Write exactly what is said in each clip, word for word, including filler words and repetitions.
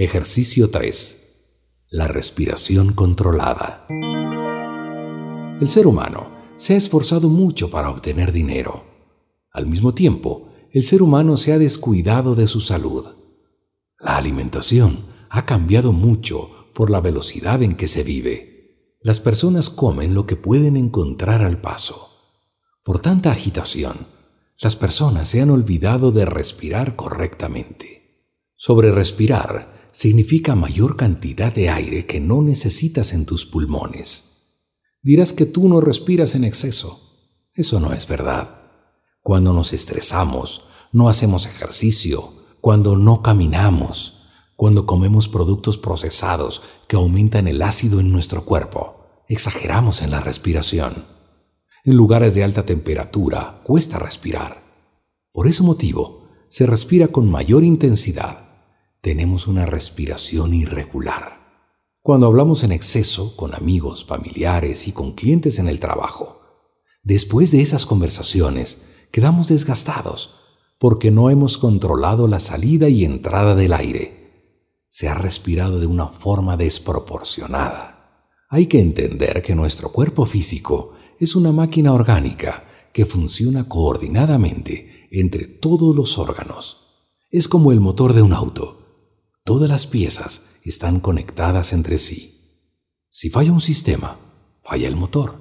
Ejercicio tres. La respiración controlada. El ser humano se ha esforzado mucho para obtener dinero. Al mismo tiempo, el ser humano se ha descuidado de su salud. La alimentación ha cambiado mucho por la velocidad en que se vive. Las personas comen lo que pueden encontrar al paso. Por tanta agitación, las personas se han olvidado de respirar correctamente. Sobre respirar significa mayor cantidad de aire que no necesitas en tus pulmones. Dirás que tú no respiras en exceso. Eso no es verdad. Cuando nos estresamos, no hacemos ejercicio, cuando no caminamos, cuando comemos productos procesados que aumentan el ácido en nuestro cuerpo, exageramos en la respiración. En lugares de alta temperatura cuesta respirar. Por ese motivo, se respira con mayor intensidad. Tenemos una respiración irregular. Cuando hablamos en exceso con amigos, familiares y con clientes en el trabajo, después de esas conversaciones quedamos desgastados porque no hemos controlado la salida y entrada del aire. Se ha respirado de una forma desproporcionada. Hay que entender que nuestro cuerpo físico es una máquina orgánica que funciona coordinadamente entre todos los órganos. Es como el motor de un auto. Todas las piezas están conectadas entre sí. Si falla un sistema, falla el motor.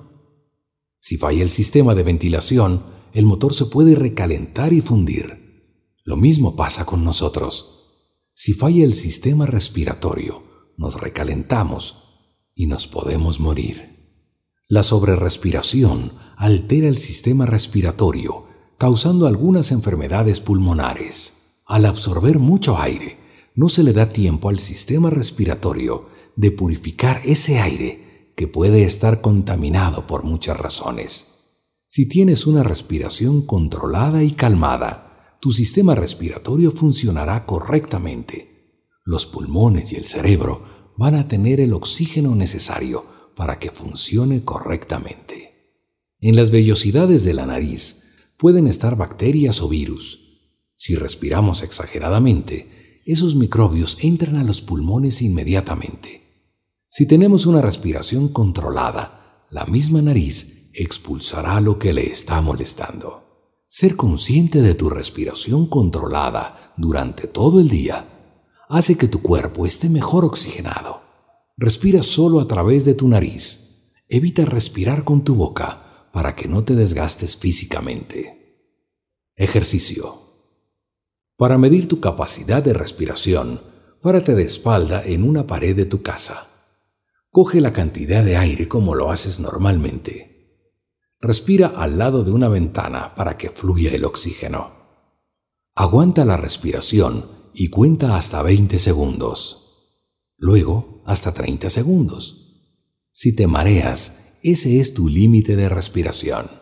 Si falla el sistema de ventilación, el motor se puede recalentar y fundir. Lo mismo pasa con nosotros. Si falla el sistema respiratorio, nos recalentamos y nos podemos morir. La sobrerrespiración altera el sistema respiratorio, causando algunas enfermedades pulmonares. Al absorber mucho aire, no se le da tiempo al sistema respiratorio de purificar ese aire que puede estar contaminado por muchas razones. Si tienes una respiración controlada y calmada, tu sistema respiratorio funcionará correctamente. Los pulmones y el cerebro van a tener el oxígeno necesario para que funcione correctamente. En las vellosidades de la nariz pueden estar bacterias o virus. Si respiramos exageradamente, esos microbios entran a los pulmones inmediatamente. Si tenemos una respiración controlada, la misma nariz expulsará lo que le está molestando. Ser consciente de tu respiración controlada durante todo el día hace que tu cuerpo esté mejor oxigenado. Respira solo a través de tu nariz. Evita respirar con tu boca para que no te desgastes físicamente. Ejercicio. Para medir tu capacidad de respiración, párate de espalda en una pared de tu casa. Coge la cantidad de aire como lo haces normalmente. Respira al lado de una ventana para que fluya el oxígeno. Aguanta la respiración y cuenta hasta veinte segundos. Luego, hasta treinta segundos. Si te mareas, ese es tu límite de respiración.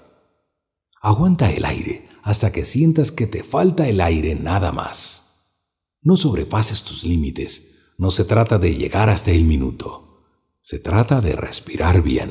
Aguanta el aire hasta que sientas que te falta el aire nada más. No sobrepases tus límites. No se trata de llegar hasta el minuto. Se trata de respirar bien.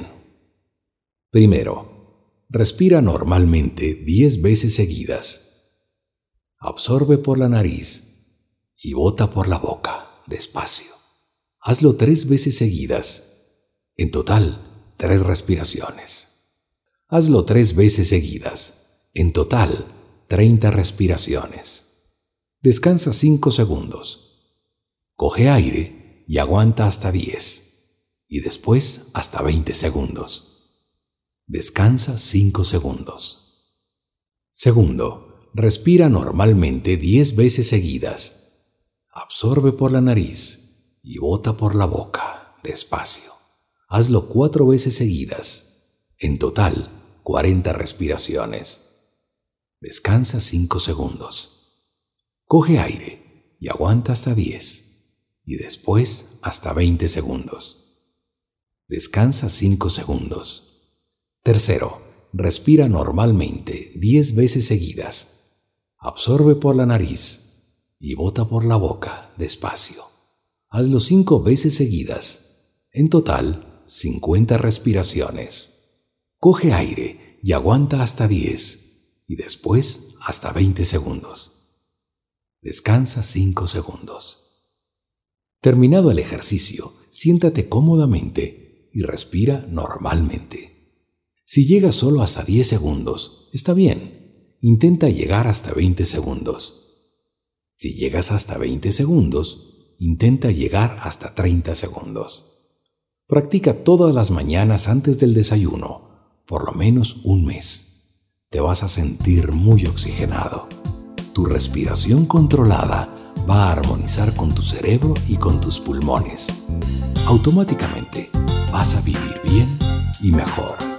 Primero, respira normalmente diez veces seguidas. Absorbe por la nariz y bota por la boca, despacio. Hazlo tres veces seguidas. En total, tres respiraciones. Hazlo tres veces seguidas. En total, treinta respiraciones. Descansa cinco segundos. Coge aire y aguanta hasta diez. Y después hasta veinte segundos. Descansa cinco segundos. Segundo, respira normalmente diez veces seguidas. Absorbe por la nariz y bota por la boca, despacio. Hazlo cuatro veces seguidas. En total, cuarenta respiraciones. Descansa cinco segundos. Coge aire y aguanta hasta diez. Y después hasta veinte segundos. Descansa cinco segundos. Tercero, respira normalmente diez veces seguidas. Absorbe por la nariz y bota por la boca, despacio. Hazlo cinco veces seguidas. En total, cincuenta respiraciones. Coge aire y aguanta hasta diez. Y después hasta veinte segundos. Descansa cinco segundos. Terminado el ejercicio, siéntate cómodamente y respira normalmente. Si llegas solo hasta diez segundos, está bien. Intenta llegar hasta veinte segundos. Si llegas hasta veinte segundos, intenta llegar hasta treinta segundos. Practica todas las mañanas antes del desayuno, por lo menos un mes. Te vas a sentir muy oxigenado. Tu respiración controlada va a armonizar con tu cerebro y con tus pulmones. Automáticamente vas a vivir bien y mejor.